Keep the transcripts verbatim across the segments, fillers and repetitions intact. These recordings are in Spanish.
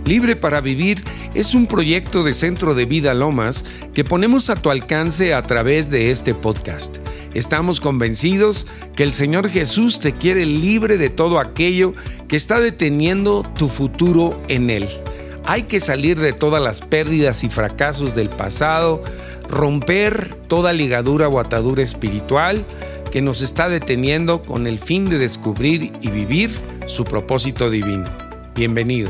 Libre para Vivir es un proyecto de Centro de Vida Lomas que ponemos a tu alcance a través de este podcast. Estamos convencidos que el Señor Jesús te quiere libre de todo aquello que está deteniendo tu futuro en Él. Hay que salir de todas las pérdidas y fracasos del pasado, romper toda ligadura o atadura espiritual que nos está deteniendo con el fin de descubrir y vivir su propósito divino. Bienvenido.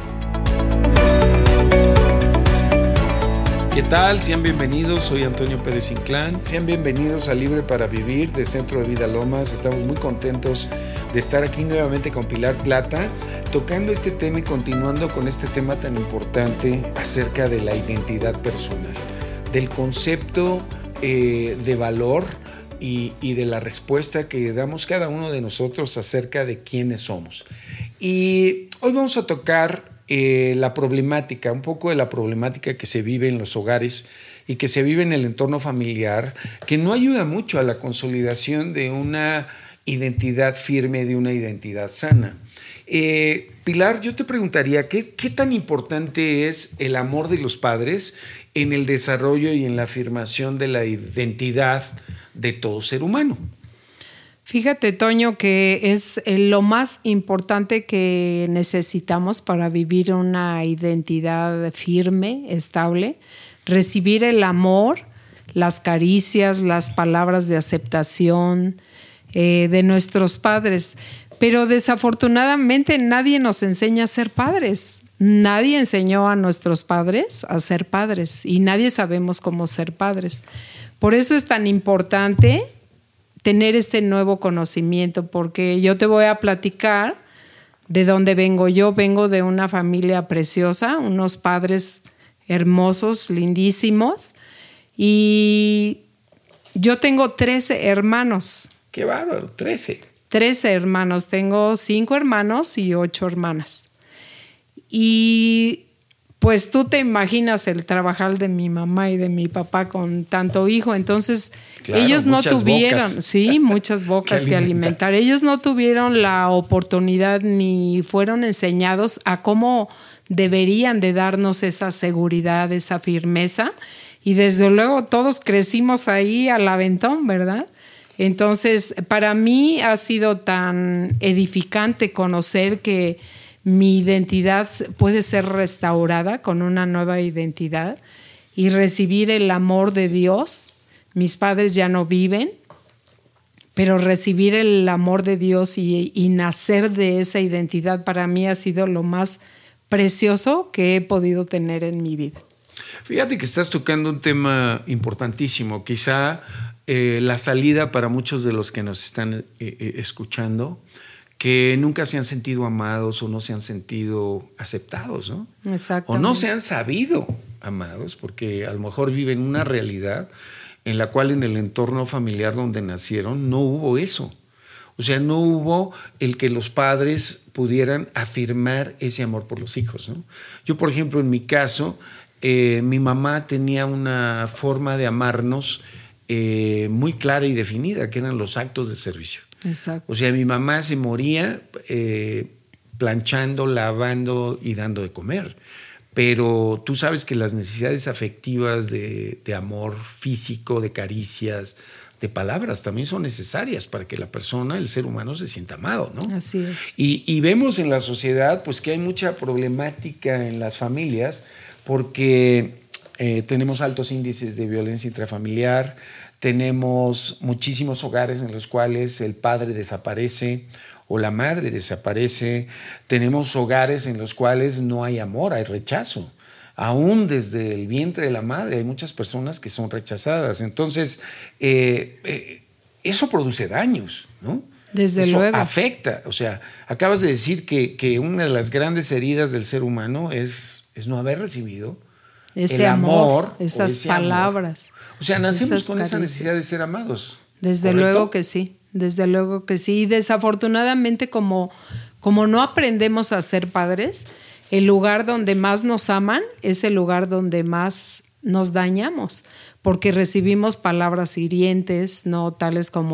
¿Qué tal? Sean bienvenidos, soy Antonio Pérez Inclán. Sean bienvenidos a Libre para Vivir de Centro de Vida Lomas. Estamos muy contentos de estar aquí nuevamente con Pilar Plata, tocando este tema y continuando con este tema tan importante acerca de la identidad personal, del concepto eh, de valor y, y de la respuesta que damos cada uno de nosotros acerca de quiénes somos. Y hoy vamos a tocar Eh, la problemática, un poco de la problemática que se vive en los hogares y que se vive en el entorno familiar, que no ayuda mucho a la consolidación de una identidad firme, de una identidad sana. Eh, Pilar, yo te preguntaría, ¿qué, ¿qué tan importante es el amor de los padres en el desarrollo y en la afirmación de la identidad de todo ser humano? Fíjate, Toño, que es lo más importante que necesitamos para vivir una identidad firme, estable, recibir el amor, las caricias, las palabras de aceptación eh, de nuestros padres. Pero desafortunadamente nadie nos enseña a ser padres. Nadie enseñó a nuestros padres a ser padres y nadie sabemos cómo ser padres. Por eso es tan importante tener este nuevo conocimiento, porque yo te voy a platicar de dónde vengo. Yo vengo de una familia preciosa, unos padres hermosos, lindísimos, y yo tengo trece hermanos. ¡Qué bárbaro! trece. trece hermanos. Tengo cinco hermanos y ocho hermanas. Y pues tú te imaginas el trabajar de mi mamá y de mi papá con tanto hijo. Entonces, claro, ellos no tuvieron, bocas. sí, muchas bocas que, que alimentar. Ellos no tuvieron la oportunidad ni fueron enseñados a cómo deberían de darnos esa seguridad, esa firmeza. Y desde luego todos crecimos ahí al aventón, ¿verdad? Entonces, para mí ha sido tan edificante conocer que mi identidad puede ser restaurada con una nueva identidad y recibir el amor de Dios. Mis padres ya no viven, pero recibir el amor de Dios y, y nacer de esa identidad para mí ha sido lo más precioso que he podido tener en mi vida. Fíjate que estás tocando un tema importantísimo, quizá eh, la salida para muchos de los que nos están eh, eh, escuchando, que nunca se han sentido amados o no se han sentido aceptados, ¿no? O no se han sabido amados, porque a lo mejor viven una realidad en la cual en el entorno familiar donde nacieron no hubo eso. O sea, no hubo el que los padres pudieran afirmar ese amor por los hijos, ¿no? Yo, por ejemplo, en mi caso, eh, mi mamá tenía una forma de amarnos eh, muy clara y definida, que eran los actos de servicio. Exacto. O sea, mi mamá se moría eh, planchando, lavando y dando de comer. Pero tú sabes que las necesidades afectivas de, de amor físico, de caricias, de palabras también son necesarias para que la persona, el ser humano, se sienta amado, ¿no? Así es. Y, y vemos en la sociedad pues, que hay mucha problemática en las familias porque eh, tenemos altos índices de violencia intrafamiliar. Tenemos muchísimos hogares en los cuales el padre desaparece o la madre desaparece. Tenemos hogares en los cuales no hay amor, hay rechazo. Aún desde el vientre de la madre hay muchas personas que son rechazadas. Entonces, eh, eh, eso produce daños, ¿no? Desde eso luego. afecta. O sea, acabas de decir que, que una de las grandes heridas del ser humano es, es no haber recibido ese el amor, amor, esas ese palabras. Amor. O sea, nacemos esas con caricias. esa necesidad de ser amados. Desde ¿correcto? luego que sí, desde luego que sí. Y desafortunadamente, como, como no aprendemos a ser padres, el lugar donde más nos aman es el lugar donde más nos dañamos, porque recibimos palabras hirientes, no tales como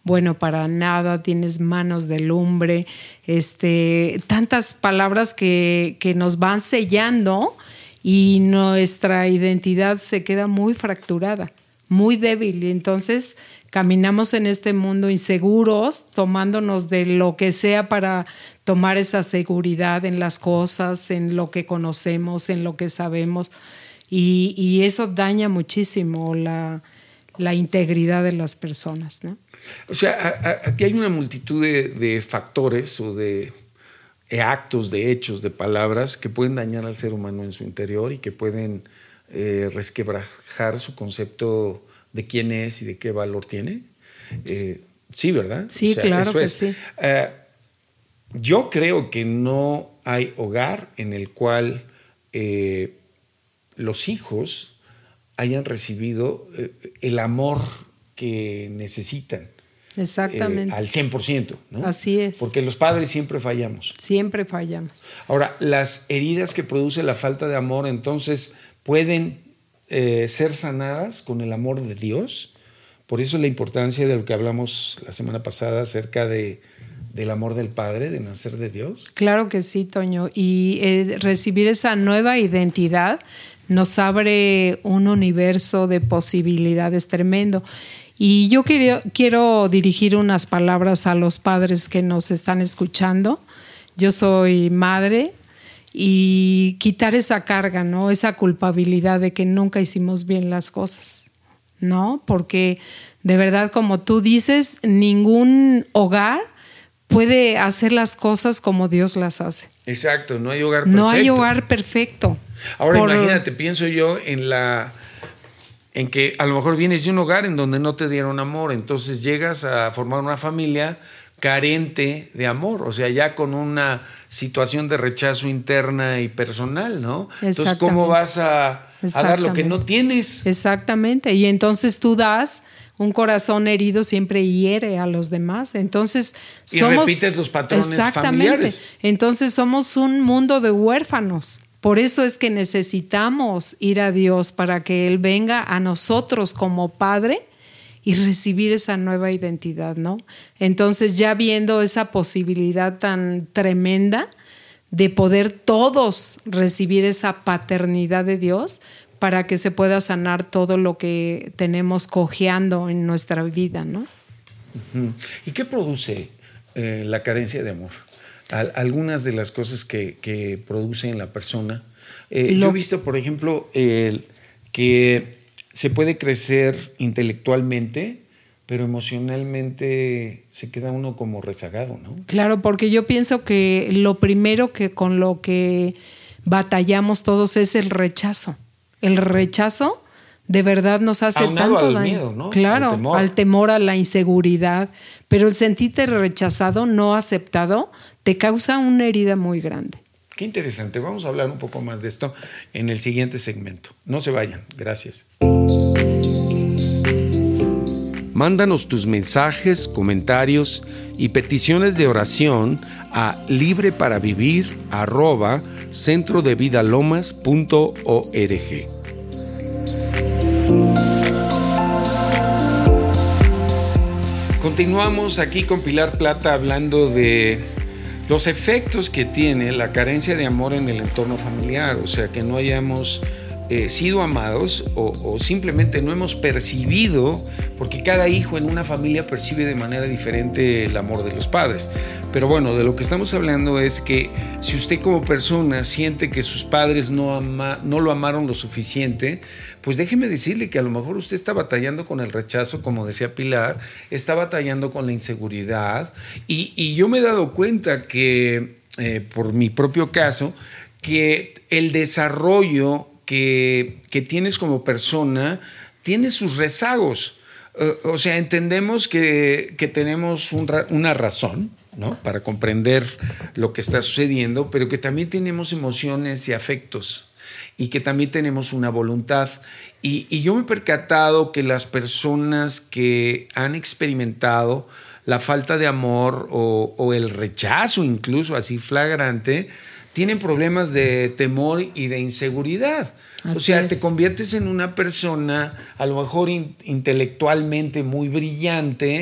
bueno para nada, tienes manos de lumbre, este, tantas palabras que, que nos van sellando y nuestra identidad se queda muy fracturada, muy débil. Y entonces caminamos en este mundo inseguros, tomándonos de lo que sea para tomar esa seguridad en las cosas, en lo que conocemos, en lo que sabemos. Y, y eso daña muchísimo la, la integridad de las personas, ¿no? O sea, a, a, aquí hay una multitud de, de factores o de actos, de hechos, de palabras que pueden dañar al ser humano en su interior y que pueden eh, resquebrajar su concepto de quién es y de qué valor tiene. Eh, sí, ¿verdad? Sí, o sea, claro que es. sí. Uh, yo creo que no hay hogar en el cual eh, los hijos hayan recibido eh, el amor que necesitan. Exactamente. Eh, al cien por ciento, ¿no? Así es. Porque los padres siempre fallamos. Siempre fallamos. Ahora, las heridas que produce la falta de amor, entonces, pueden eh, ser sanadas con el amor de Dios. Por eso la importancia de lo que hablamos la semana pasada acerca de, del amor del Padre, de nacer de Dios. Claro que sí, Toño. Y eh, recibir esa nueva identidad nos abre un universo de posibilidades tremendo. Y yo quiero, quiero dirigir unas palabras a los padres que nos están escuchando. Yo soy madre y quitar esa carga, ¿no? Esa culpabilidad de que nunca hicimos bien las cosas, ¿no? Porque de verdad, como tú dices, ningún hogar puede hacer las cosas como Dios las hace. Exacto, no hay hogar perfecto. No hay hogar perfecto. Ahora Por... imagínate, pienso yo en la... en que a lo mejor vienes de un hogar en donde no te dieron amor, entonces llegas a formar una familia carente de amor, o sea, ya con una situación de rechazo interna y personal, ¿no? Entonces, ¿cómo vas a, a dar lo que no tienes? Exactamente, y entonces tú das, un corazón herido siempre hiere a los demás, entonces somos... Y repites los patrones exactamente, familiares. Entonces somos un mundo de huérfanos. Por eso es que necesitamos ir a Dios para que Él venga a nosotros como Padre y recibir esa nueva identidad, ¿no? Entonces, ya viendo esa posibilidad tan tremenda de poder todos recibir esa paternidad de Dios para que se pueda sanar todo lo que tenemos cojeando en nuestra vida, ¿no? Uh-huh. ¿Y qué produce eh, la carencia de amor? Algunas de las cosas que, que produce en la persona. Eh, Lo... Yo he visto, por ejemplo, eh, que se puede crecer intelectualmente, pero emocionalmente se queda uno como rezagado, ¿no? Claro, porque yo pienso que lo primero que con lo que batallamos todos es el rechazo. El rechazo de verdad nos hace aunado tanto al daño. Miedo, ¿no? Claro, al temor. al temor, a la inseguridad. Pero el sentirte rechazado, no aceptado, te causa una herida muy grande. Qué interesante. Vamos a hablar un poco más de esto en el siguiente segmento. No se vayan. Gracias. Mándanos tus mensajes, comentarios y peticiones de oración a libreparavivir arroba centrodevidalomas punto org. Continuamos aquí con Pilar Plata hablando de los efectos que tiene la carencia de amor en el entorno familiar, o sea, que no hayamos eh, sido amados o, o simplemente no hemos percibido, porque cada hijo en una familia percibe de manera diferente el amor de los padres. Pero bueno, de lo que estamos hablando es que si usted como persona siente que sus padres no, ama, no lo amaron lo suficiente, pues déjeme decirle que a lo mejor usted está batallando con el rechazo, como decía Pilar, está batallando con la inseguridad y, y yo me he dado cuenta que, eh, por mi propio caso, que el desarrollo que, que tienes como persona tiene sus rezagos. Uh, o sea, entendemos que, que tenemos un, una razón, ¿no?, para comprender lo que está sucediendo, pero que también tenemos emociones y afectos y que también tenemos una voluntad. Y, y yo me he percatado que las personas que han experimentado la falta de amor o, o el rechazo incluso así flagrante, tienen problemas de temor y de inseguridad. Así o sea, es. Te conviertes en una persona a lo mejor in, intelectualmente muy brillante,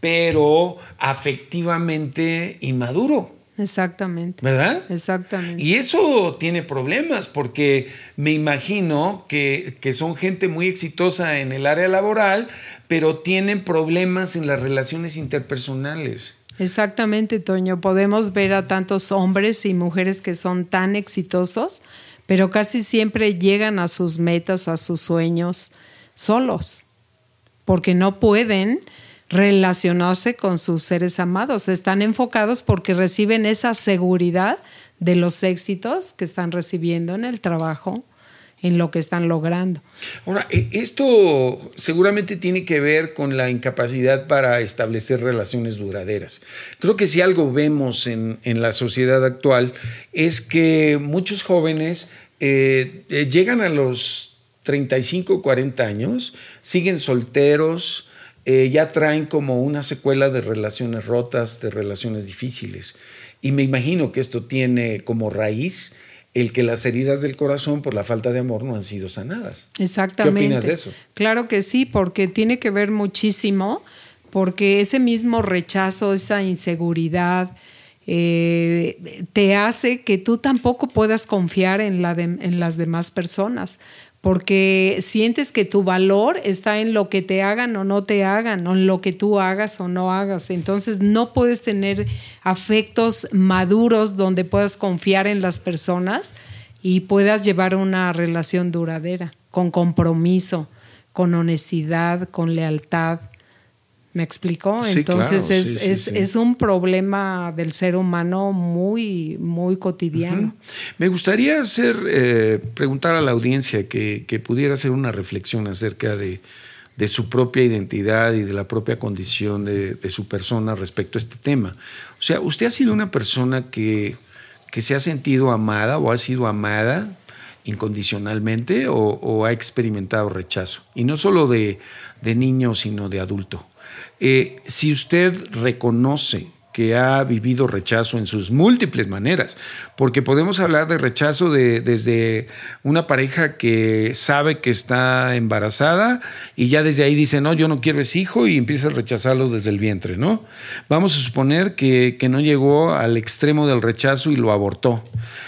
pero afectivamente inmaduro. Exactamente. ¿Verdad? Exactamente. Y eso tiene problemas porque me imagino que, que son gente muy exitosa en el área laboral, pero tienen problemas en las relaciones interpersonales. Exactamente, Toño. Podemos ver a tantos hombres y mujeres que son tan exitosos, pero casi siempre llegan a sus metas, a sus sueños solos, porque no pueden relacionarse con sus seres amados. Están enfocados porque reciben esa seguridad de los éxitos que están recibiendo en el trabajo, en lo que están logrando. Ahora, esto seguramente tiene que ver con la incapacidad para establecer relaciones duraderas. Creo que si algo vemos en, en la sociedad actual es que muchos jóvenes eh, eh, llegan a los treinta y cinco, cuarenta años, siguen solteros, Eh, ya traen como una secuela de relaciones rotas, de relaciones difíciles. Y me imagino que esto tiene como raíz el que las heridas del corazón por la falta de amor no han sido sanadas. Exactamente. ¿Qué opinas de eso? Claro que sí, porque tiene que ver muchísimo, porque ese mismo rechazo, esa inseguridad, eh, te hace que tú tampoco puedas confiar en, la de, en las demás personas, porque sientes que tu valor está en lo que te hagan o no te hagan, o en lo que tú hagas o no hagas. Entonces no puedes tener afectos maduros donde puedas confiar en las personas y puedas llevar una relación duradera, con compromiso, con honestidad, con lealtad. ¿Me explicó? Sí, Entonces claro, es, sí, sí, es, sí. es un problema del ser humano muy, muy cotidiano. Uh-huh. Me gustaría hacer, eh, preguntar a la audiencia que, que pudiera hacer una reflexión acerca de, de su propia identidad y de la propia condición de, de su persona respecto a este tema. O sea, ¿usted ha sido una persona que, que se ha sentido amada o ha sido amada incondicionalmente o, o ha experimentado rechazo? Y no solo de, de niño, sino de adulto. Eh, si usted reconoce que ha vivido rechazo en sus múltiples maneras, porque podemos hablar de rechazo de, desde una pareja que sabe que está embarazada y ya desde ahí dice, no, yo no quiero ese hijo y empieza a rechazarlo desde el vientre, ¿no? Vamos a suponer que, que no llegó al extremo del rechazo y lo abortó,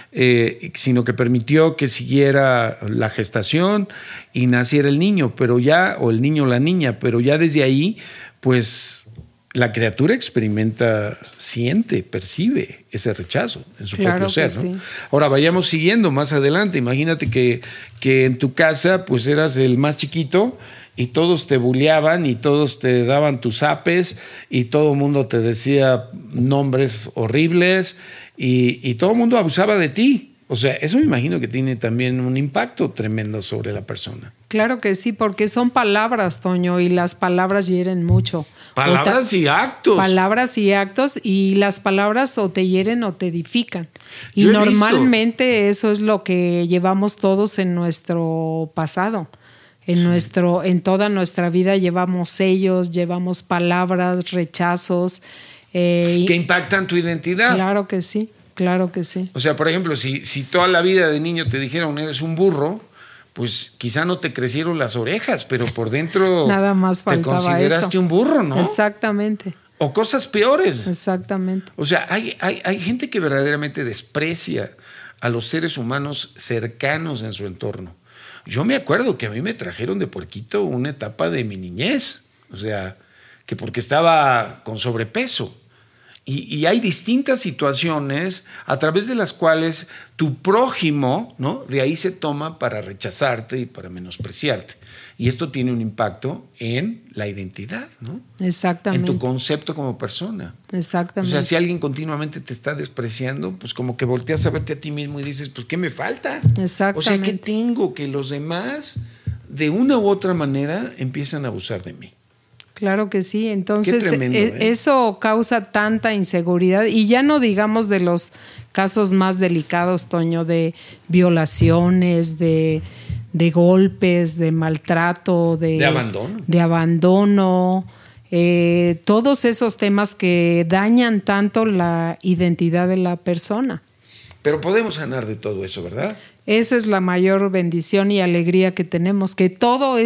eh, sino que permitió que siguiera la gestación y naciera el niño, pero ya, o el niño o la niña, pero ya desde ahí, pues la criatura experimenta, siente, percibe ese rechazo en su Claro propio ser, que ¿no? sí. Ahora, vayamos siguiendo más adelante. Imagínate que, que en tu casa pues eras el más chiquito y todos te bulleaban y todos te daban tus apes y todo el mundo te decía nombres horribles y, y todo el mundo abusaba de ti. O sea, eso me imagino que tiene también un impacto tremendo sobre la persona. Claro que sí, porque son palabras, Toño, y las palabras hieren mucho. Palabras y actos. Palabras y actos, y las palabras o te hieren o te edifican. Y Yo he normalmente visto. eso es lo que llevamos todos en nuestro pasado. En, sí. nuestro, en toda nuestra vida llevamos sellos, llevamos palabras, rechazos. Eh, que impactan tu identidad. Claro que sí. Claro que sí. O sea, por ejemplo, si, si toda la vida de niño te dijeron eres un burro, pues quizá no te crecieron las orejas, pero por dentro nada más faltaba te consideraste eso. un burro, ¿no? Exactamente. O cosas peores. Exactamente. O sea, hay, hay, hay gente que verdaderamente desprecia a los seres humanos cercanos en su entorno. Yo me acuerdo que a mí me trajeron de puerquito una etapa de mi niñez. O sea, que porque estaba con sobrepeso. Y, y hay distintas situaciones a través de las cuales tu prójimo, ¿no?, de ahí se toma para rechazarte y para menospreciarte. Y esto tiene un impacto en la identidad, ¿no? Exactamente. En tu concepto como persona. Exactamente. O sea, si alguien continuamente te está despreciando, pues como que volteas a verte a ti mismo y dices, pues, ¿qué me falta? Exactamente. O sea, ¿qué tengo? Que los demás, de una u otra manera, empiezan a abusar de mí. Claro que sí, entonces tremendo, ¿eh? Eso causa tanta inseguridad y ya no digamos de los casos más delicados, Toño, de violaciones, de, de golpes, de maltrato, de, de abandono, de abandono eh, todos esos temas que dañan tanto la identidad de la persona. Pero podemos sanar de todo eso, ¿verdad? Esa es la mayor bendición y alegría que tenemos, que todo eso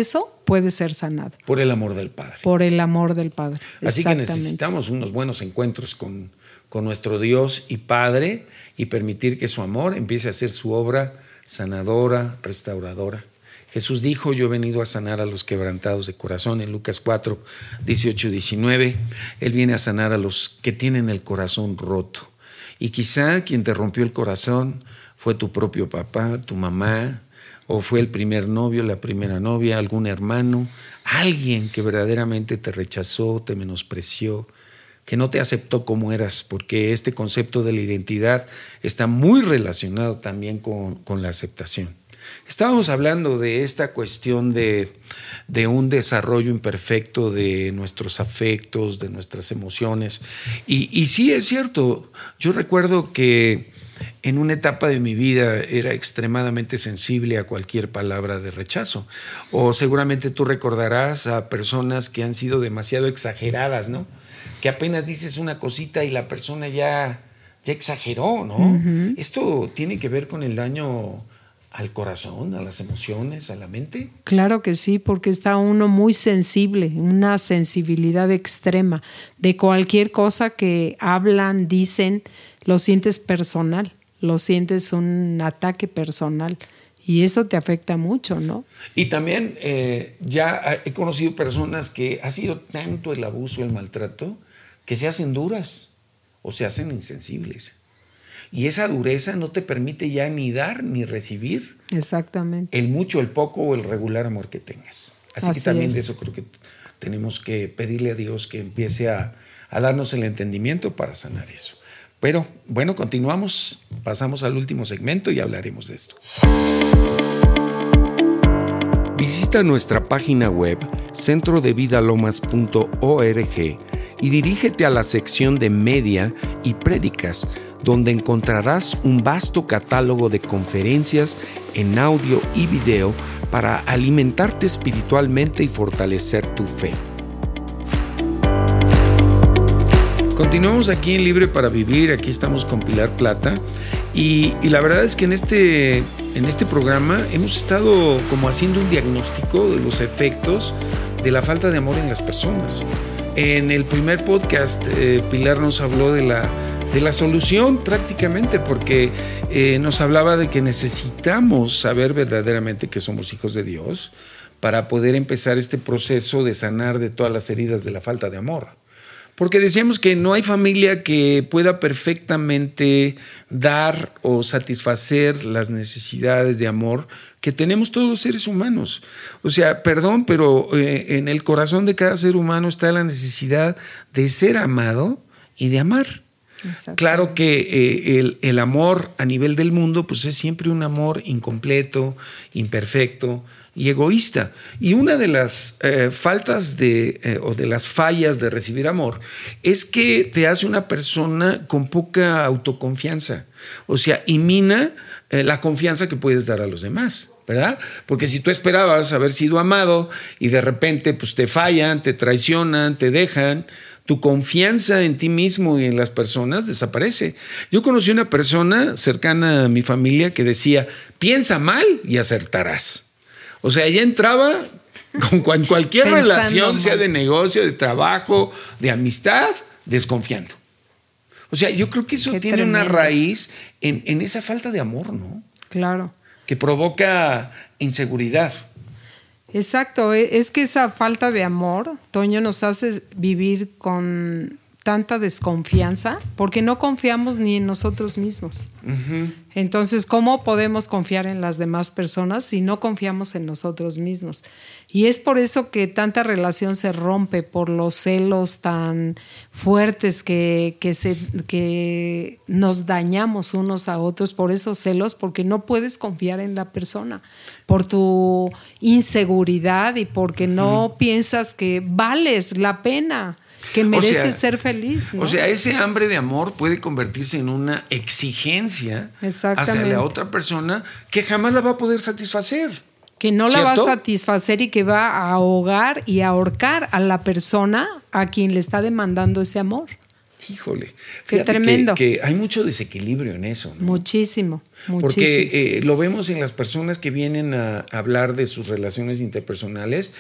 puede ser sanado. Por el amor del Padre. Por el amor del Padre. Así que necesitamos unos buenos encuentros con, con nuestro Dios y Padre y permitir que su amor empiece a hacer su obra sanadora, restauradora. Jesús dijo: yo he venido a sanar a los quebrantados de corazón, en Lucas cuatro, dieciocho y diecinueve. Él viene a sanar a los que tienen el corazón roto. Y quizá quien te rompió el corazón fue tu propio papá, tu mamá, o fue el primer novio, la primera novia, algún hermano, alguien que verdaderamente te rechazó, te menospreció, que no te aceptó como eras, porque este concepto de la identidad está muy relacionado también con, con la aceptación. Estábamos hablando de esta cuestión de, de un desarrollo imperfecto de nuestros afectos, de nuestras emociones. Y, y sí, es cierto, yo recuerdo que en una etapa de mi vida era extremadamente sensible a cualquier palabra de rechazo. O seguramente tú recordarás a personas que han sido demasiado exageradas, ¿no? Que apenas dices una cosita y la persona ya, ya exageró, ¿no? Uh-huh. Esto tiene que ver con el daño al corazón, a las emociones, a la mente. Claro que sí, porque está uno muy sensible, una sensibilidad extrema de cualquier cosa que hablan, dicen, lo sientes personal, lo sientes un ataque personal y eso te afecta mucho, ¿no? Y también eh, ya he conocido personas que ha sido tanto el abuso, el maltrato, que se hacen duras o se hacen insensibles. Y esa dureza no te permite ya ni dar ni recibir. Exactamente. El mucho, el poco o el regular amor que tengas. Así, Así que también es. De eso creo que tenemos que pedirle a Dios que empiece a, a darnos el entendimiento para sanar eso. Pero bueno, continuamos, pasamos al último segmento y hablaremos de esto. Visita nuestra página web centro de vida lomas punto org y dirígete a la sección de media y prédicas, donde encontrarás un vasto catálogo de conferencias en audio y video para alimentarte espiritualmente y fortalecer tu fe. Continuamos aquí en Libre para Vivir, aquí estamos con Pilar Plata y, y la verdad es que en este, en este programa hemos estado como haciendo un diagnóstico de los efectos de la falta de amor en las personas. En el primer podcast, eh, Pilar nos habló de la, de la solución prácticamente, porque eh, nos hablaba de que necesitamos saber verdaderamente que somos hijos de Dios para poder empezar este proceso de sanar de todas las heridas de la falta de amor. Porque decíamos que no hay familia que pueda perfectamente dar o satisfacer las necesidades de amor que tenemos todos los seres humanos. O sea, perdón, pero eh, en el corazón de cada ser humano está la necesidad de ser amado y de amar. Claro que eh, el, el amor a nivel del mundo pues es siempre un amor incompleto, imperfecto y egoísta. Y una de las eh, faltas de, eh, o de las fallas de recibir amor es que te hace una persona con poca autoconfianza. O sea, y mina eh, la confianza que puedes dar a los demás, ¿verdad? Porque si tú esperabas haber sido amado y de repente pues, te fallan, te traicionan, te dejan, tu confianza en ti mismo y en las personas desaparece. Yo conocí una persona cercana a mi familia que decía, piensa mal y acertarás. O sea, ella entraba con cualquier Pensando relación, mal. Sea de negocio, de trabajo, de amistad, desconfiando. O sea, yo creo que eso Qué tiene tremendo. Una raíz en, en esa falta de amor, ¿no? Claro. Que provoca inseguridad. Exacto, es que esa falta de amor, Toño, nos hace vivir con tanta desconfianza porque no confiamos ni en nosotros mismos. Uh-huh. Entonces, ¿cómo podemos confiar en las demás personas si no confiamos en nosotros mismos? Y es por eso que tanta relación se rompe, por los celos tan fuertes que, que, se, que nos dañamos unos a otros por esos celos, porque no puedes confiar en la persona, por tu inseguridad y porque no uh-huh. piensas que vales la pena, que mereces o sea, ser feliz, ¿no? O sea, ese hambre de amor puede convertirse en una exigencia hacia la otra persona que jamás la va a poder satisfacer. Que no ¿cierto? La va a satisfacer y que va a ahogar y a ahorcar a la persona a quien le está demandando ese amor. Híjole. Qué tremendo. Que, que hay mucho desequilibrio en eso, ¿no? Muchísimo, muchísimo. Porque eh, lo vemos en las personas que vienen a hablar de sus relaciones interpersonales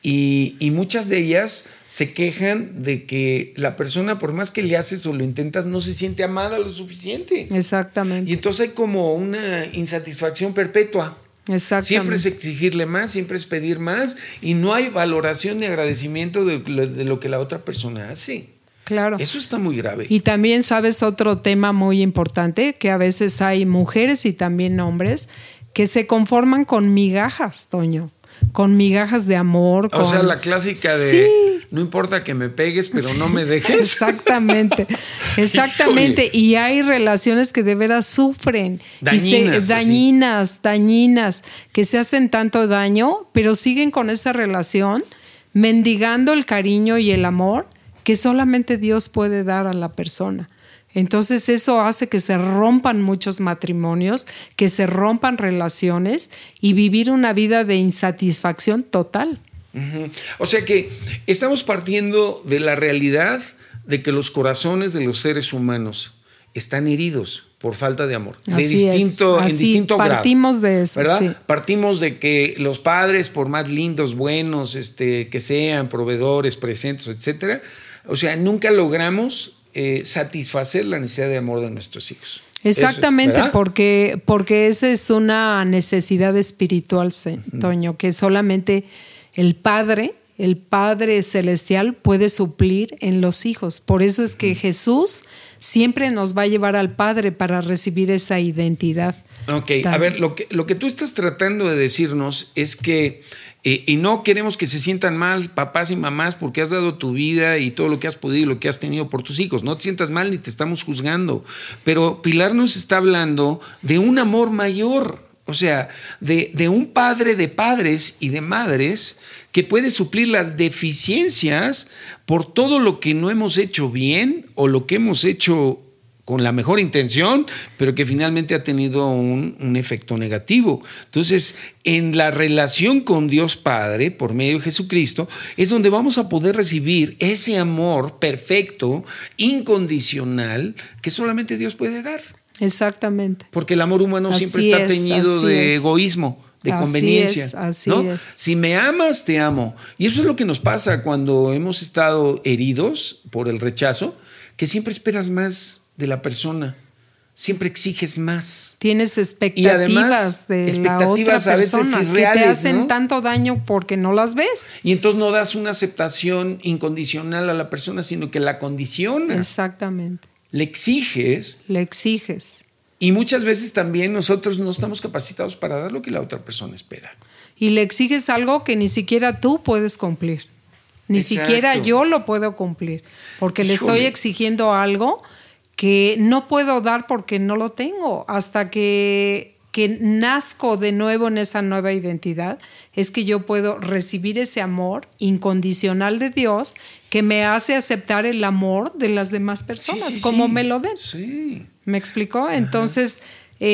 y, y muchas de ellas se quejan de que la persona, por más que le haces o lo intentas, no se siente amada lo suficiente. Exactamente. Y entonces hay como una insatisfacción perpetua. Exactamente. Siempre es exigirle más, siempre es pedir más y no hay valoración ni agradecimiento de, de lo que la otra persona hace. Claro. Eso está muy grave. Y también sabes otro tema muy importante, que a veces hay mujeres y también hombres que se conforman con migajas, Toño, con migajas de amor. O con... sea, la clásica de sí. No importa que me pegues, pero no me dejes. Exactamente, exactamente. Y hay relaciones que de veras sufren. Dañinas. Y se, dañinas, dañinas, que se hacen tanto daño, pero siguen con esa relación, mendigando el cariño y el amor que solamente Dios puede dar a la persona. Entonces eso hace que se rompan muchos matrimonios, que se rompan relaciones y vivir una vida de insatisfacción total. Uh-huh. O sea que estamos partiendo de la realidad de que los corazones de los seres humanos están heridos por falta de amor, de Así distinto, es. en Así distinto grado. Partimos de eso, ¿verdad? Sí. Partimos de que los padres, por más lindos, buenos, este, que sean, proveedores, presentes, etcétera, o sea, nunca logramos eh, satisfacer la necesidad de amor de nuestros hijos. Exactamente, es, porque, porque esa es una necesidad espiritual, Toño, que solamente el Padre, el Padre Celestial puede suplir en los hijos. Por eso es que Jesús siempre nos va a llevar al Padre para recibir esa identidad. Ok, También. A ver, lo que, lo que tú estás tratando de decirnos es que Eh, y no queremos que se sientan mal papás y mamás porque has dado tu vida y todo lo que has podido y lo que has tenido por tus hijos. No te sientas mal ni te estamos juzgando. Pero Pilar nos está hablando de un amor mayor, o sea, de, de un padre de padres y de madres que puede suplir las deficiencias por todo lo que no hemos hecho bien o lo que hemos hecho con la mejor intención, pero que finalmente ha tenido un, un efecto negativo. Entonces, en la relación con Dios Padre, por medio de Jesucristo, es donde vamos a poder recibir ese amor perfecto, incondicional, que solamente Dios puede dar. Exactamente. Porque el amor humano así siempre está es, teñido de es. egoísmo, de así conveniencia. Es, así ¿no? es. Si me amas, te amo. Y eso es lo que nos pasa cuando hemos estado heridos por el rechazo, que siempre esperas más de la persona, siempre exiges más. Tienes expectativas además, de expectativas la otra persona a veces que irreales, te hacen ¿no? tanto daño porque no las ves. Y entonces no das una aceptación incondicional a la persona, sino que la condicionas. Exactamente. Le exiges. Le exiges. Y muchas veces también nosotros no estamos capacitados para dar lo que la otra persona espera. Y le exiges algo que ni siquiera tú puedes cumplir. Ni Exacto. siquiera yo lo puedo cumplir. Porque le Híjole. estoy exigiendo algo que no puedo dar porque no lo tengo. Hasta que, que nazco de nuevo en esa nueva identidad, es que yo puedo recibir ese amor incondicional de Dios que me hace aceptar el amor de las demás personas, sí, sí, como sí. me lo den. Sí. ¿Me explicó? Entonces,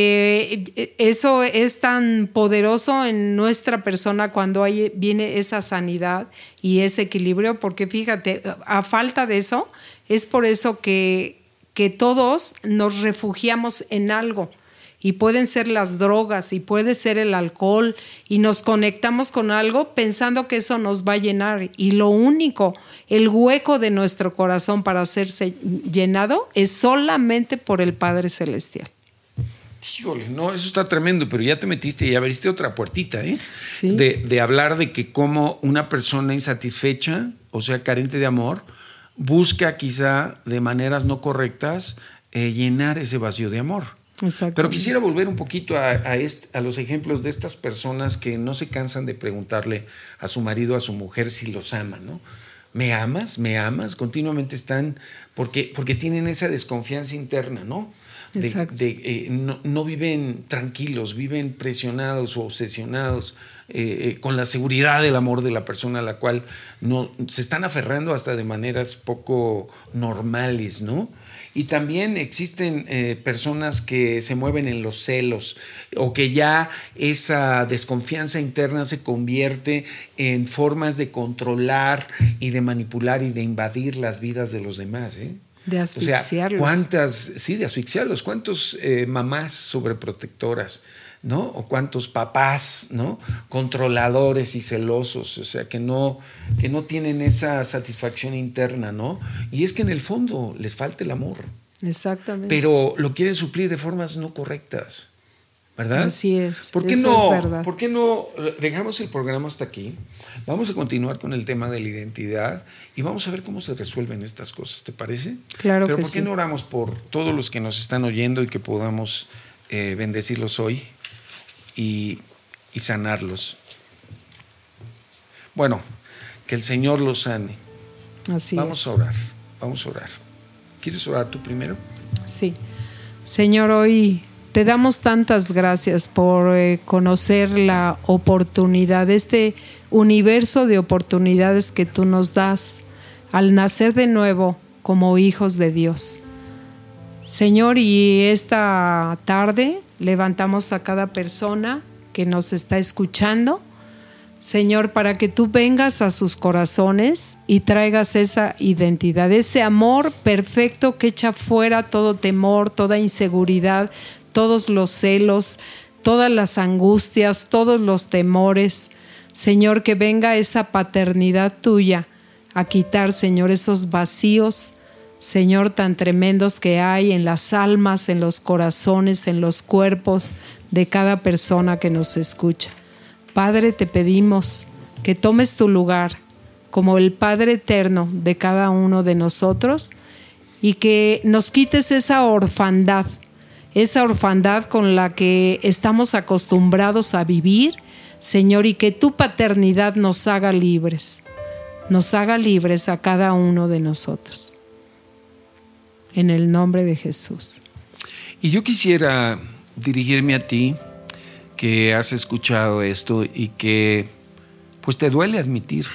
eh, eso es tan poderoso en nuestra persona cuando hay, viene esa sanidad y ese equilibrio, porque fíjate, a falta de eso, es por eso que, que todos nos refugiamos en algo. Y pueden ser las drogas y puede ser el alcohol y nos conectamos con algo pensando que eso nos va a llenar, y lo único, el hueco de nuestro corazón para hacerse llenado es solamente por el Padre Celestial. Híjole, no, eso está tremendo, pero ya te metiste y ya abriste otra puertita, ¿eh? Sí. De, de hablar de que cómo una persona insatisfecha, o sea, carente de amor, busca quizá de maneras no correctas eh, llenar ese vacío de amor. Pero quisiera volver un poquito a, a, este, a los ejemplos de estas personas que no se cansan de preguntarle a su marido, a su mujer si los ama, ¿no? ¿Me amas? ¿Me amas? Continuamente están, porque, porque tienen esa desconfianza interna, ¿no? De, de, eh, no, no viven tranquilos, viven presionados o obsesionados eh, eh, con la seguridad del amor de la persona a la cual no, se están aferrando hasta de maneras poco normales, ¿no? Y también existen eh, personas que se mueven en los celos o que ya esa desconfianza interna se convierte en formas de controlar y de manipular y de invadir las vidas de los demás, ¿eh? De asfixiarlos. O sea, ¿cuántas, sí, de asfixiarlos? ¿Cuántos eh, mamás sobreprotectoras, ¿no? O cuántos papás, ¿no? Controladores y celosos, o sea, que no, que no tienen esa satisfacción interna, ¿no? Y es que en el fondo les falta el amor. Exactamente. Pero lo quieren suplir de formas no correctas, ¿verdad? Así es. ¿Por qué eso no, es verdad. ¿Por qué no dejamos el programa hasta aquí? Vamos a continuar con el tema de la identidad y vamos a ver cómo se resuelven estas cosas, ¿te parece? Claro Pero que ¿por qué sí. no oramos por todos los que nos están oyendo y que podamos eh, bendecirlos hoy y, y sanarlos? Bueno, que el Señor los sane. Así vamos es. a orar, vamos a orar. ¿Quieres orar tú primero? Sí. Señor, hoy te damos tantas gracias por eh, conocer la oportunidad, este universo de oportunidades que tú nos das al nacer de nuevo como hijos de Dios. Señor, y esta tarde levantamos a cada persona que nos está escuchando, Señor, para que tú vengas a sus corazones y traigas esa identidad, ese amor perfecto que echa fuera todo temor, toda inseguridad, todos los celos, todas las angustias, todos los temores. Señor, que venga esa paternidad tuya a quitar, Señor, esos vacíos, Señor, tan tremendos que hay en las almas, en los corazones, en los cuerpos de cada persona que nos escucha. Padre, te pedimos que tomes tu lugar como el Padre eterno de cada uno de nosotros y que nos quites esa orfandad, esa orfandad con la que estamos acostumbrados a vivir, Señor, y que tu paternidad nos haga libres, nos haga libres a cada uno de nosotros. En el nombre de Jesús. Y yo quisiera dirigirme a ti, que has escuchado esto y que pues te duele admitir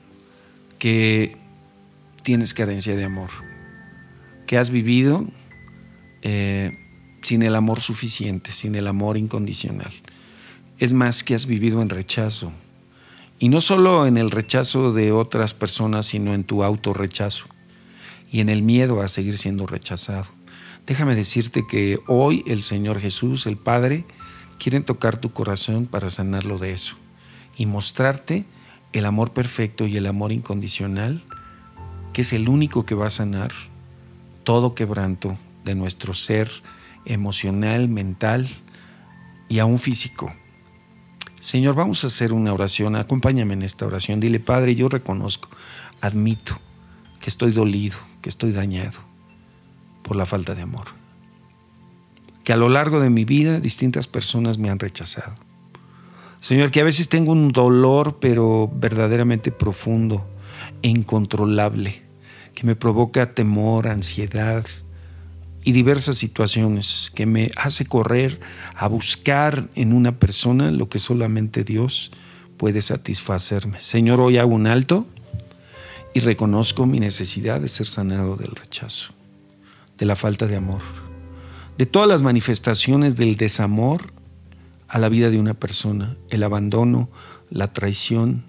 que tienes carencia de amor, que has vivido eh, sin el amor suficiente, sin el amor incondicional. Es más, que has vivido en rechazo, y no solo en el rechazo de otras personas, sino en tu autorrechazo y en el miedo a seguir siendo rechazado. Déjame decirte que hoy el Señor Jesús, el Padre, quieren tocar tu corazón para sanarlo de eso y mostrarte el amor perfecto y el amor incondicional, que es el único que va a sanar todo quebranto de nuestro ser emocional, mental y aún físico. Señor, vamos a hacer una oración. Acompáñame en esta oración. Dile: Padre, yo reconozco, admito que estoy dolido, que estoy dañado por la falta de amor, que a lo largo de mi vida distintas personas me han rechazado. Señor, que a veces tengo un dolor pero verdaderamente profundo e incontrolable, que me provoca temor, ansiedad y diversas situaciones, que me hace correr a buscar en una persona lo que solamente Dios puede satisfacerme. Señor, hoy hago un alto y reconozco mi necesidad de ser sanado del rechazo, de la falta de amor, de todas las manifestaciones del desamor a la vida de una persona, el abandono, la traición,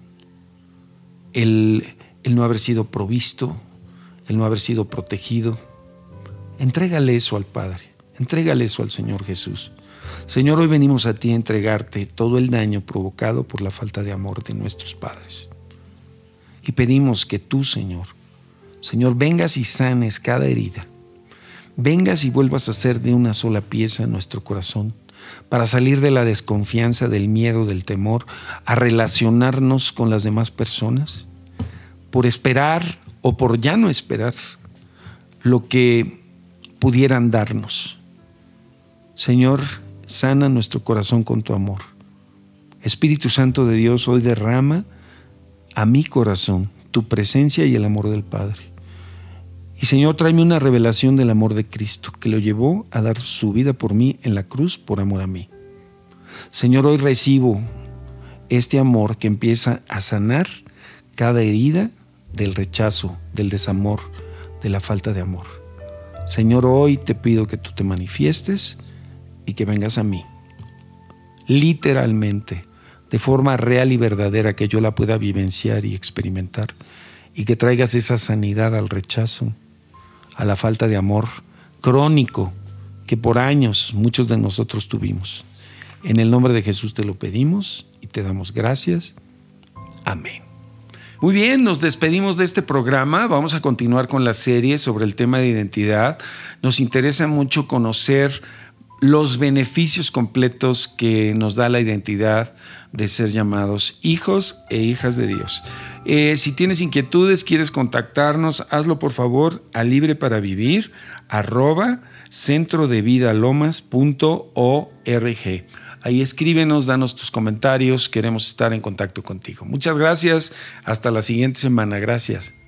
el, el no haber sido provisto, el no haber sido protegido. Entrégale eso al Padre, entrégale eso al Señor Jesús. Señor, hoy venimos a ti a entregarte todo el daño provocado por la falta de amor de nuestros padres. Y pedimos que tú, Señor, Señor, vengas y sanes cada herida. Vengas y vuelvas a hacer de una sola pieza nuestro corazón, para salir de la desconfianza, del miedo, del temor, a relacionarnos con las demás personas, por esperar o por ya no esperar lo que pudieran darnos. Señor, sana nuestro corazón con tu amor. Espíritu Santo de Dios, hoy derrama a mi corazón tu presencia y el amor del Padre. Y Señor, tráeme una revelación del amor de Cristo, que lo llevó a dar su vida por mí en la cruz por amor a mí. Señor, hoy recibo este amor que empieza a sanar cada herida del rechazo, del desamor, de la falta de amor. Señor, hoy te pido que tú te manifiestes y que vengas a mí, literalmente, de forma real y verdadera, que yo la pueda vivenciar y experimentar, y que traigas esa sanidad al rechazo, a la falta de amor crónico que por años muchos de nosotros tuvimos. En el nombre de Jesús te lo pedimos y te damos gracias. Amén. Muy bien, nos despedimos de este programa. Vamos a continuar con la serie sobre el tema de identidad. Nos interesa mucho conocer los beneficios completos que nos da la identidad de ser llamados hijos e hijas de Dios. Eh, si tienes inquietudes, quieres contactarnos, hazlo por favor a libre para vivir arroba centro de vida lomas punto org. Ahí escríbenos, danos tus comentarios, queremos estar en contacto contigo. Muchas gracias, hasta la siguiente semana. Gracias.